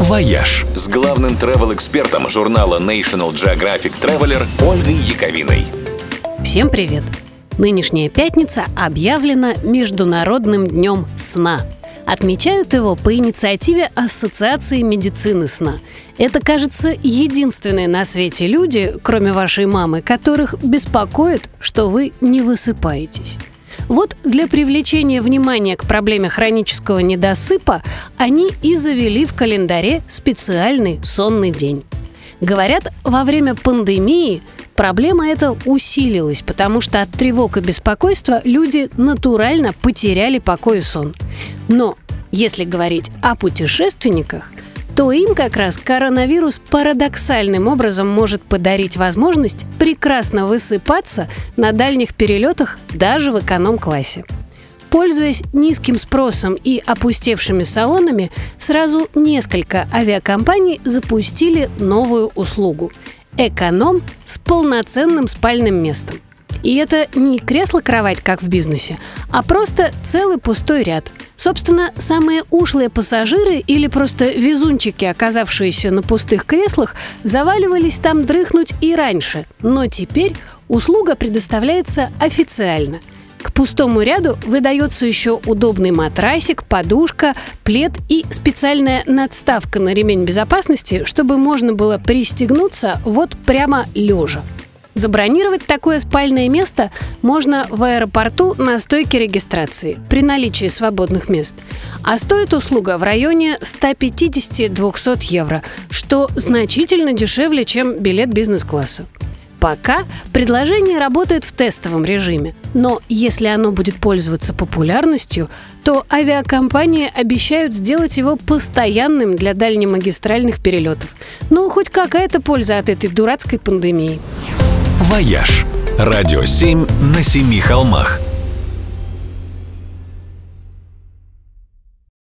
«Вояж» с главным travel-экспертом журнала National Geographic Traveler Ольгой Яковиной. Всем привет! Нынешняя пятница объявлена Международным днем сна. Отмечают его по инициативе Ассоциации медицины сна. Это, кажется, единственные на свете люди, кроме вашей мамы, которых беспокоит, что вы не высыпаетесь. Вот для привлечения внимания к проблеме хронического недосыпа они и завели в календаре специальный сонный день. Говорят, во время пандемии проблема эта усилилась, потому что от тревог и беспокойства люди натурально потеряли покой и сон. Но если говорить о путешественниках, то им как раз коронавирус парадоксальным образом может подарить возможность прекрасно высыпаться на дальних перелетах даже в эконом-классе. Пользуясь низким спросом и опустевшими салонами, сразу несколько авиакомпаний запустили новую услугу – эконом с полноценным спальным местом. И это не кресло-кровать, как в бизнесе, а просто целый пустой ряд. Собственно, самые ушлые пассажиры или просто везунчики, оказавшиеся на пустых креслах, заваливались там дрыхнуть и раньше. Но теперь услуга предоставляется официально. К пустому ряду выдается еще удобный матрасик, подушка, плед и специальная надставка на ремень безопасности, чтобы можно было пристегнуться вот прямо лежа. Забронировать такое спальное место можно в аэропорту на стойке регистрации при наличии свободных мест. А стоит услуга в районе 150-200 евро, что значительно дешевле, чем билет бизнес-класса. Пока предложение работает в тестовом режиме, но если оно будет пользоваться популярностью, то авиакомпании обещают сделать его постоянным для дальнемагистральных перелетов. Ну, хоть какая-то польза от этой дурацкой пандемии. «Вояж» – радио 7 на 7 холмах.